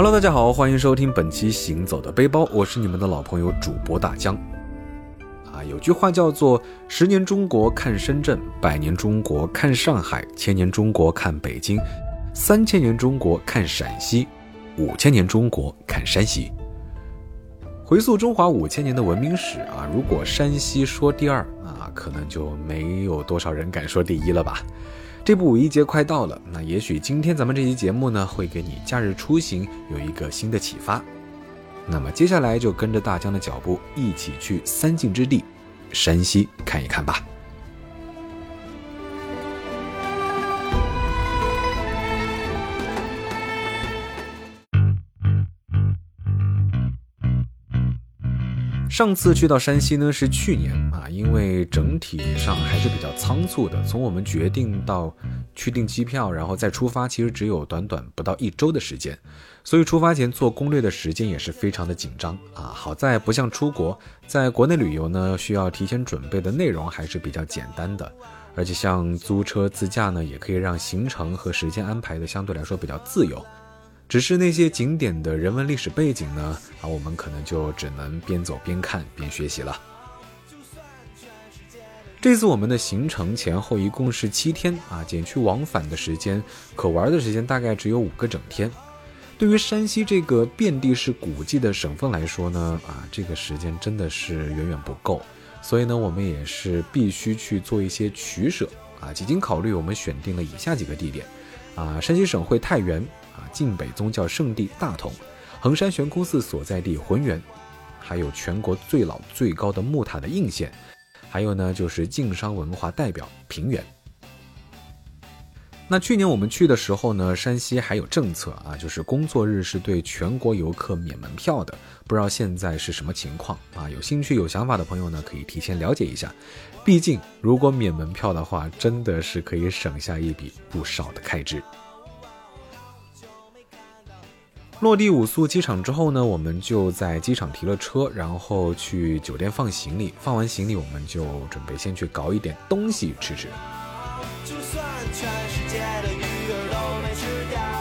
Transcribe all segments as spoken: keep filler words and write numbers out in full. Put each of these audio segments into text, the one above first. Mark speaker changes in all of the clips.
Speaker 1: Hello， 大家好，欢迎收听本期行走的背包，我是你们的老朋友主播大江。啊，有句话叫做十年中国看深圳，百年中国看上海，千年中国看北京，三千年中国看陕西，五千年中国看山西。回溯中华五千年的文明史啊，如果山西说第二啊，可能就没有多少人敢说第一了吧。这部五一节快到了，那也许今天咱们这期节目呢，会给你假日出行有一个新的启发。那么接下来就跟着大江的脚步，一起去三晋之地山西看一看吧。上次去到山西呢是去年啊，因为整体上还是比较仓促的，从我们决定到去订机票然后再出发，其实只有短短不到一周的时间，所以出发前做攻略的时间也是非常的紧张啊。好在不像出国，在国内旅游呢需要提前准备的内容还是比较简单的，而且像租车自驾呢也可以让行程和时间安排的相对来说比较自由。只是那些景点的人文历史背景呢，啊，我们可能就只能边走边看边学习了。这次我们的行程前后一共是七天啊，减去往返的时间，可玩的时间大概只有五个整天。对于山西这个遍地是古迹的省份来说呢，啊，这个时间真的是远远不够，所以呢，我们也是必须去做一些取舍啊。几经考虑，我们选定了以下几个地点啊：山西省会太原。啊，晋北宗教圣地大同，衡山悬空寺所在地浑源，还有全国最老最高的木塔的应县，还有呢就是晋商文化代表平原。那去年我们去的时候呢，山西还有政策啊，就是工作日是对全国游客免门票的，不知道现在是什么情况啊？有兴趣有想法的朋友呢，可以提前了解一下。毕竟如果免门票的话，真的是可以省下一笔不少的开支。落地五宿机场之后呢，我们就在机场提了车，然后去酒店放行李。放完行李，我们就准备先去搞一点东西吃吃。就算全世界的鱼儿都没吃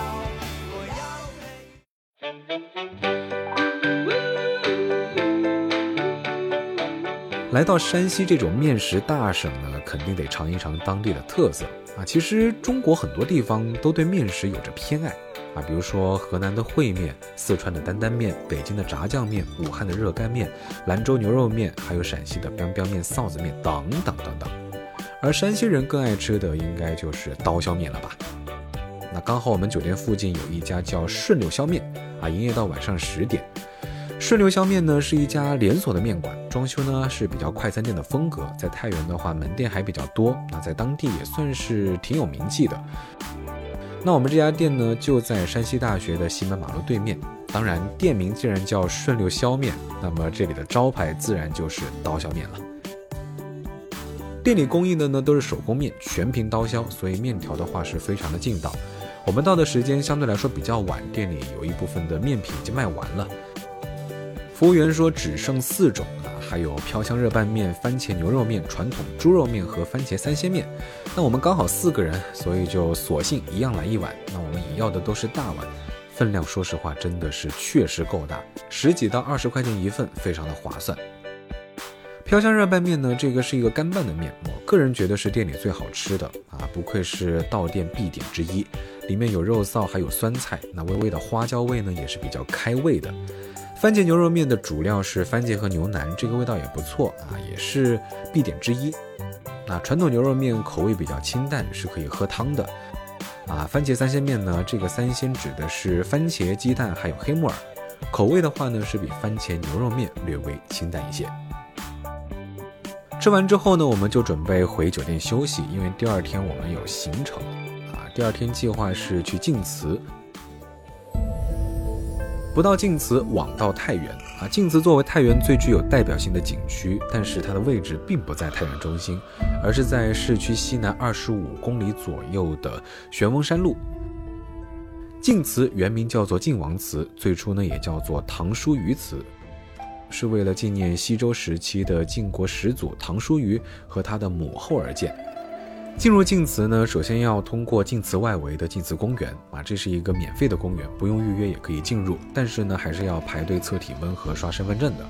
Speaker 1: 掉，来到山西这种面食大省呢，肯定得尝一尝当地的特色啊。其实中国很多地方都对面食有着偏爱啊，比如说河南的烩面，四川的担担面，北京的炸酱面，武汉的热干面，兰州牛肉面，还有陕西的 biang biang 面、臊子面等等等等。而山西人更爱吃的应该就是刀削面了吧？那刚好我们酒店附近有一家叫顺溜削面啊，营业到晚上十点。顺溜削面呢是一家连锁的面馆，装修呢是比较快餐店的风格，在太原的话门店还比较多，那在当地也算是挺有名气的。那我们这家店呢就在山西大学的西门马路对面，当然店名既然叫顺溜削面，那么这里的招牌自然就是刀削面了。店里供应的呢都是手工面，全凭刀削，所以面条的话是非常的劲道。我们到的时间相对来说比较晚，店里有一部分的面品已经卖完了。服务员说只剩四种啊，还有飘香热拌面、番茄牛肉面、传统猪肉面和番茄三鲜面。那我们刚好四个人，所以就索性一样来一碗。那我们也要的都是大碗，分量说实话真的是确实够大，十几到二十块钱一份，非常的划算。飘香热拌面呢，这个是一个干拌的面，我个人觉得是店里最好吃的啊，不愧是到店必点之一。里面有肉臊，还有酸菜，那微微的花椒味呢也是比较开胃的。番茄牛肉面的主料是番茄和牛腩，这个味道也不错啊，也是必点之一。那传统牛肉面口味比较清淡，是可以喝汤的啊。番茄三鲜面呢，这个三鲜指的是番茄、鸡蛋还有黑木耳，口味的话呢是比番茄牛肉面略微清淡一些。吃完之后呢，我们就准备回酒店休息，因为第二天我们有行程啊。第二天计划是去晋祠。不到晋祠，枉到太原啊！晋祠作为太原最具有代表性的景区，但是它的位置并不在太原中心，而是在市区西南二十五公里左右的玄翁山路。晋祠原名叫做晋王祠，最初呢也叫做唐叔虞祠，是为了纪念西周时期的晋国始祖唐叔虞和他的母后而建。 进入晋祠呢，首先要通过晋祠外围的晋祠公园啊，这是一个免费的公园，不用预约也可以进入，但是呢，还是要排队测体温和刷身份证的。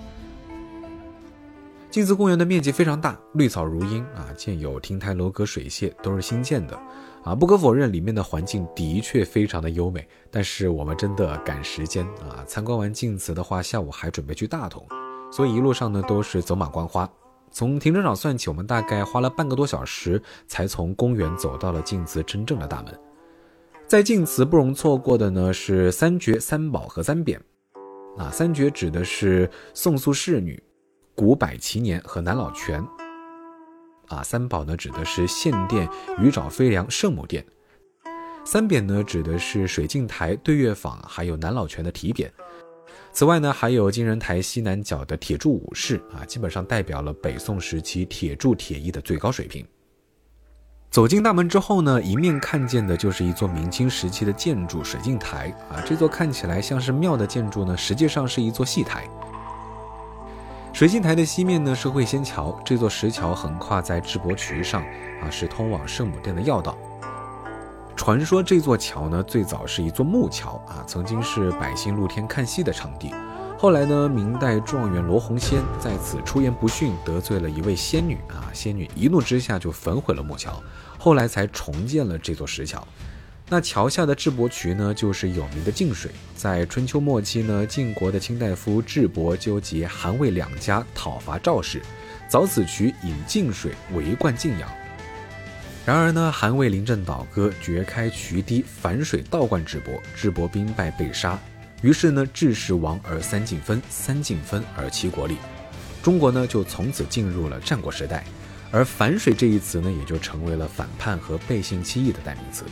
Speaker 1: 晋祠公园的面积非常大，绿草如茵啊，建有亭台楼阁水榭，都是新建的啊。不可否认，里面的环境的确非常的优美，但是我们真的赶时间啊。参观完晋祠的话，下午还准备去大同，所以一路上呢都是走马观花。从停车场算起，我们大概花了半个多小时，才从公园走到了晋祠真正的大门。在晋祠不容错过的呢是三绝、三宝和三匾。啊，三绝指的是宋肃仕女、古柏祈年和南老泉。啊，三宝呢指的是献殿、鱼沼飞梁、圣母殿。三匾呢指的是水镜台、对月坊还有南老泉的题匾。此外呢，还有金人台西南角的铁柱武士啊，基本上代表了北宋时期铁铸铁艺的最高水平。走进大门之后呢，一面看见的就是一座明清时期的建筑水镜台啊，这座看起来像是庙的建筑呢，实际上是一座戏台。水镜台的西面呢是会仙桥，这座石桥横跨在智伯渠上啊，是通往圣母殿的要道。传说这座桥呢，最早是一座木桥啊，曾经是百姓露天看戏的场地。后来呢，明代状元罗红仙在此出言不逊，得罪了一位仙女啊，仙女一怒之下就焚毁了木桥，后来才重建了这座石桥。那桥下的智伯渠呢，就是有名的净水。在春秋末期呢，晋国的卿大夫智伯纠结韩魏两家讨伐赵氏，凿此渠引净水为灌晋阳。然而呢，韩魏临阵倒戈，掘开渠堤，反水倒灌智伯，智伯兵败被杀。于是呢，智氏亡而三晋分，三晋分而七国立。中国呢，就从此进入了战国时代，而反水这一词呢，也就成为了反叛和背信弃义的代名词。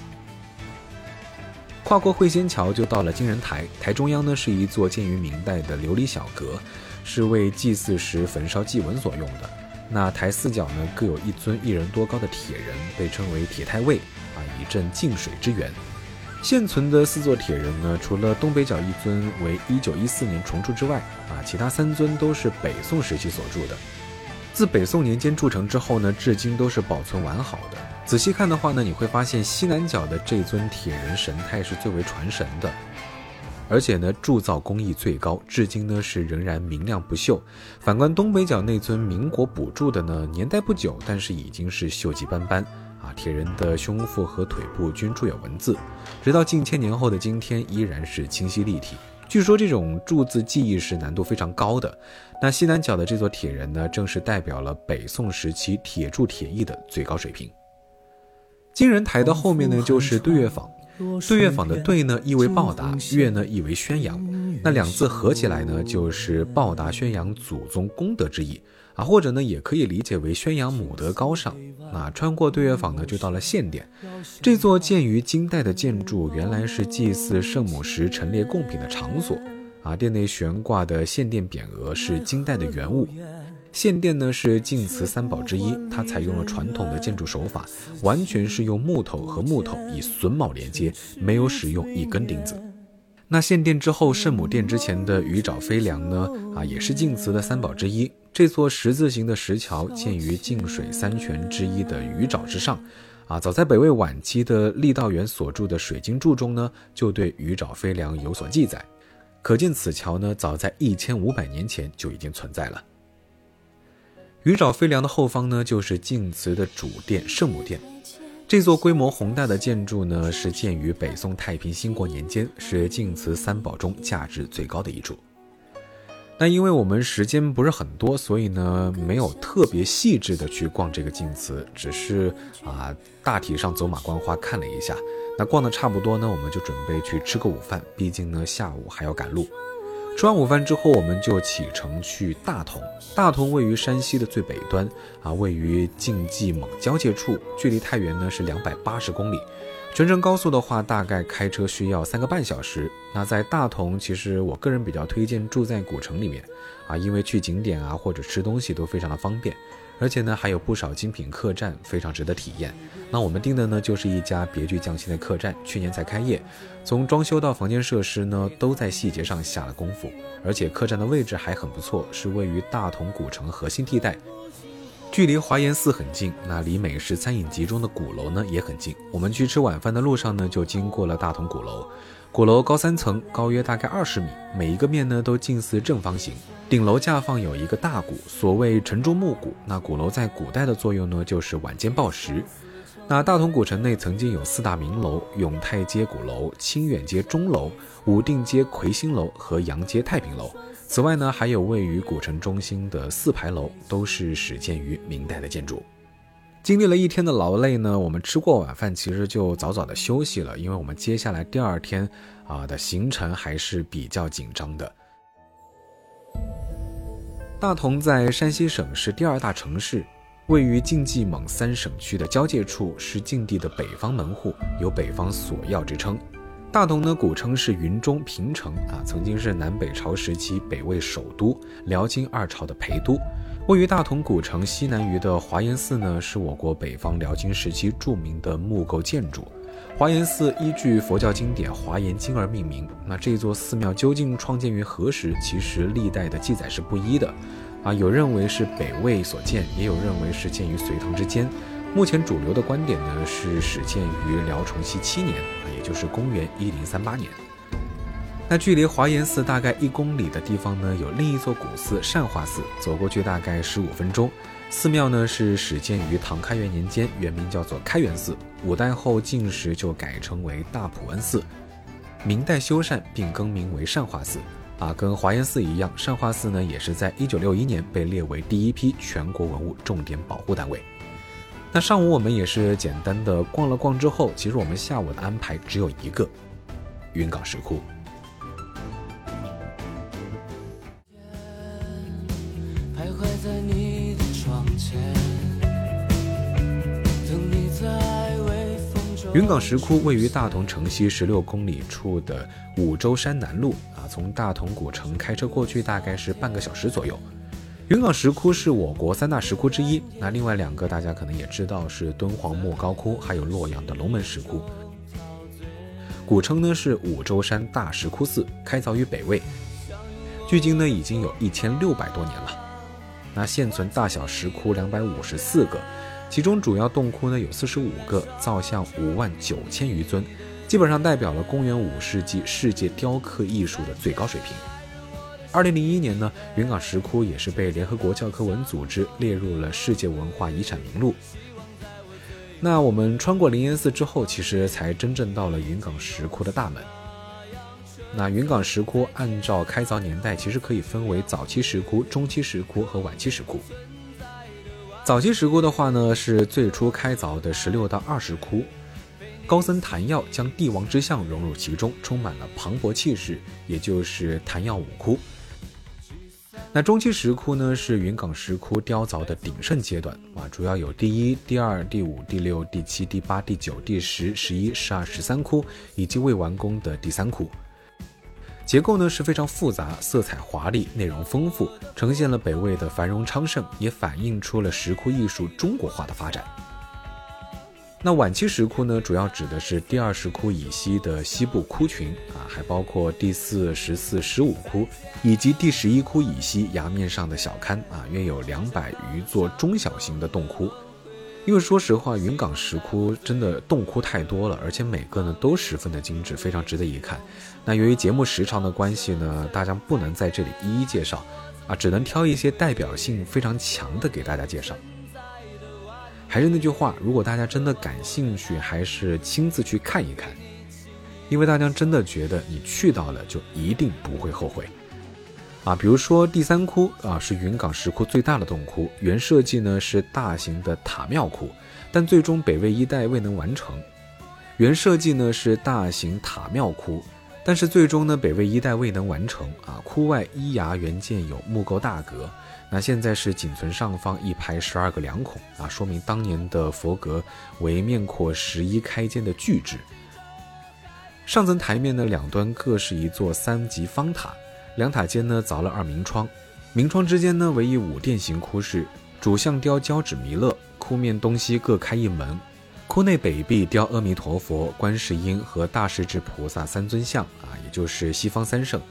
Speaker 1: 跨过会仙桥就到了金人台，台中央呢是一座建于明代的琉璃小阁，是为祭祀时焚烧祭文所用的。那台四角呢各有一尊一人多高的铁人，被称为铁太尉啊，以镇净水之源。现存的四座铁人呢，除了东北角一尊为一九一四年重铸之外啊，其他三尊都是北宋时期所铸的。自北宋年间铸成之后呢，至今都是保存完好的。仔细看的话呢，你会发现西南角的这尊铁人神态是最为传神的，而且呢铸造工艺最高，至今呢是仍然明亮不锈。反观东北角那尊民国补铸的呢，年代不久，但是已经是锈迹斑斑啊，铁人的胸腹和腿部均铸有文字，直到近千年后的今天依然是清晰立体。据说这种铸字技艺是难度非常高的。那西南角的这座铁人呢，正是代表了北宋时期铁铸铁艺的最高水平。金人台的后面呢，就是对月坊。对月坊的对呢意为报答，月呢意为宣扬，那两字合起来呢，就是报答宣扬祖宗功德之意啊，或者呢也可以理解为宣扬母德高尚。那穿过对月坊呢，就到了献殿。这座建于金代的建筑，原来是祭祀圣母时陈列贡品的场所啊。殿内悬挂的献殿匾额是金代的原物。献殿呢是晋祠三宝之一，它采用了传统的建筑手法，完全是用木头和木头以榫卯连接，没有使用一根钉子。那献殿之后，圣母殿之前的鱼沼飞梁呢，啊，也是晋祠的三宝之一。这座十字形的石桥建于净水三泉之一的鱼沼之上，啊，早在北魏晚期的郦道元所著的《水经注》中呢，就对鱼沼飞梁有所记载，可见此桥呢，早在一千五百年前就已经存在了。鱼沼飞梁的后方呢，就是晋祠的主殿圣母殿。这座规模宏大的建筑呢，是建于北宋太平兴国年间，是晋祠三宝中价值最高的一处。那因为我们时间不是很多，所以呢没有特别细致的去逛这个晋祠，只是啊大体上走马观花看了一下。那逛的差不多呢，我们就准备去吃个午饭，毕竟呢下午还要赶路。吃完午饭之后，我们就启程去大同。大同位于山西的最北端啊，位于晋冀蒙交界处，距离太原呢是两百八十公里。全程高速的话，大概开车需要三个半小时。那在大同，其实我个人比较推荐住在古城里面啊，因为去景点啊或者吃东西都非常的方便。而且呢，还有不少精品客栈，非常值得体验。那我们订的呢，就是一家别具匠心的客栈，去年才开业，从装修到房间设施呢，都在细节上下了功夫。而且客栈的位置还很不错，是位于大同古城核心地带， 距离华严寺很近，那离美食餐饮集中的鼓楼呢也很近。我们去吃晚饭的路上呢，就经过了大同鼓楼。鼓楼高三层，高约大概二十米，每一个面呢都近似正方形。顶楼架放有一个大鼓，所谓晨钟暮鼓。那鼓楼在古代的作用呢，就是晚间报时。那大同古城内曾经有四大名楼：永泰街鼓楼、清远街钟楼、武定街魁星楼和杨街太平楼。此外呢，还有位于古城中心的四牌楼，都是始建于明代的建筑。经历了一天的劳累呢，我们吃过晚饭其实就早早的休息了，因为我们接下来第二天啊的行程还是比较紧张的。大同在山西省是第二大城市，位于晋冀蒙三省区的交界处，是晋地的北方门户，有北方锁钥之称。大同呢，古称是云中平城啊，曾经是南北朝时期北魏首都、辽金二朝的陪都。位于大同古城西南隅的华严寺呢，是我国北方辽金时期著名的木构建筑。华严寺依据佛教经典《华严经》而命名。那这座寺庙究竟创建于何时？其实历代的记载是不一的啊，有认为是北魏所建，也有认为是建于隋唐之间。目前主流的观点呢是始建于辽崇熙七年，也就是公元一零三八年。那距离华严寺大概一公里的地方呢，有另一座古寺善化寺，走过去大概十五分钟。寺庙呢是始建于唐开元年间，原名叫做开元寺，五代后晋时就改称为大普恩寺，明代修缮并更名为善化寺。啊，跟华严寺一样，善化寺呢也是在一九六一年被列为第一批全国文物重点保护单位。那上午我们也是简单的逛了逛之后，其实我们下午的安排只有一个，云冈石窟。
Speaker 2: 徘徊在你的窗前，等你在微风中。
Speaker 1: 云冈石窟位于大同城西十六公里处的五洲山南路啊，从大同古城开车过去大概是半个小时左右。云冈石窟是我国三大石窟之一，那另外两个大家可能也知道是敦煌莫高窟，还有洛阳的龙门石窟。古称呢是五洲山大石窟寺，开凿于北魏，距今呢已经有一千六百多年了。那现存大小石窟两百五十四个，其中主要洞窟呢有四十五个，造像五万九千余尊，基本上代表了公元五世纪世界雕刻艺术的最高水平。二零零一年呢，云冈石窟也是被联合国教科文组织列入了世界文化遗产名录。那我们穿过灵岩寺之后，其实才真正到了云冈石窟的大门。那云冈石窟按照开凿年代，其实可以分为早期石窟、中期石窟和晚期石窟。早期石窟的话呢，是最初开凿的十六到二十窟，高僧昙曜将帝王之相融入其中，充满了磅礴气势，也就是昙曜五窟。那中期石窟呢，是云冈石窟雕凿的鼎盛阶段啊，主要有第一、第二、第五、第六、第七、第八、第九、第十、十一、十二、十三窟，以及未完工的第三窟。结构呢是非常复杂，色彩华丽，内容丰富，呈现了北魏的繁荣昌盛，也反映出了石窟艺术中国化的发展。那晚期石窟呢，主要指的是第二石窟以西的西部窟群啊，还包括第四、十四、十五窟，以及第十一窟以西崖面上的小龛啊，约有两百余座中小型的洞窟。因为说实话，云冈石窟真的洞窟太多了，而且每个呢都十分的精致，非常值得一看。那由于节目时长的关系呢，大家不能在这里一一介绍啊，只能挑一些代表性非常强的给大家介绍。还是那句话，如果大家真的感兴趣，还是亲自去看一看，因为大家真的觉得你去到了就一定不会后悔啊。比如说第三窟啊，是云冈石窟最大的洞窟，原设计呢是大型的塔庙窟，但最终北魏一代未能完成。原设计呢是大型塔庙窟，但是最终呢北魏一代未能完成啊。窟外依崖原建有木构大阁，那现在是仅存上方一排十二个梁孔啊，说明当年的佛阁为面阔十一开间的巨制。上层台面呢两端各是一座三级方塔，两塔间呢凿了二明窗，明窗之间呢为一五殿形窟室，主像雕交趾弥勒，窟面东西各开一门，窟内北壁雕阿弥陀佛、观世音和大势至菩萨三尊像啊，也就是西方三圣。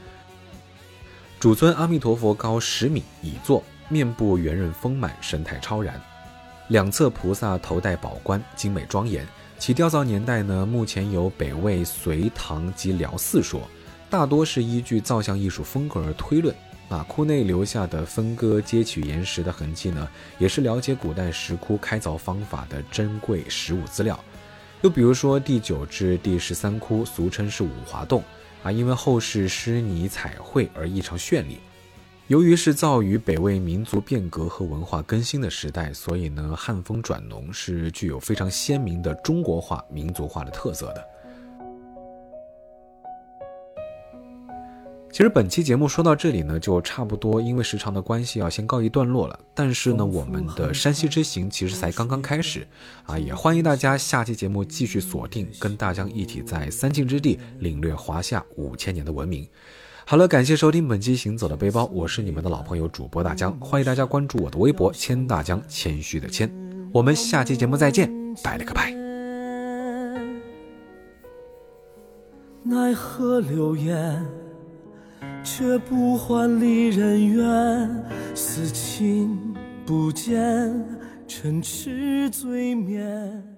Speaker 1: 主尊阿弥陀佛高十米，倚坐，面部圆润丰满，神态超然。 两侧菩萨头戴宝冠，精美庄严。其雕造年代呢，目前有北魏、隋唐及辽四说，大多是依据造像艺术风格而推论。啊，窟内留下的分割接取岩石的痕迹呢，也是了解古代石窟开凿方法的珍贵实物资料。又比如说第九至第十三窟，俗称是五华洞啊，因为后世施泥彩绘而异常绚丽。由于是造于北魏民族变革和文化更新的时代，所以呢，汉风转浓，是具有非常鲜明的中国化、民族化的特色的。其实本期节目说到这里呢，就差不多因为时长的关系要先告一段落了。但是呢，我们的山西之行其实才刚刚开始啊，也欢迎大家下期节目继续锁定，跟大江一起在三晋之地领略华夏五千年的文明。好了，感谢收听本期行走的背包，我是你们的老朋友主播大江，欢迎大家关注我的微博谦大江，谦虚的谦。我们下期节目再见，拜了个拜。
Speaker 2: 奈何流言却不还离人怨，思亲不见，嗔痴醉眠。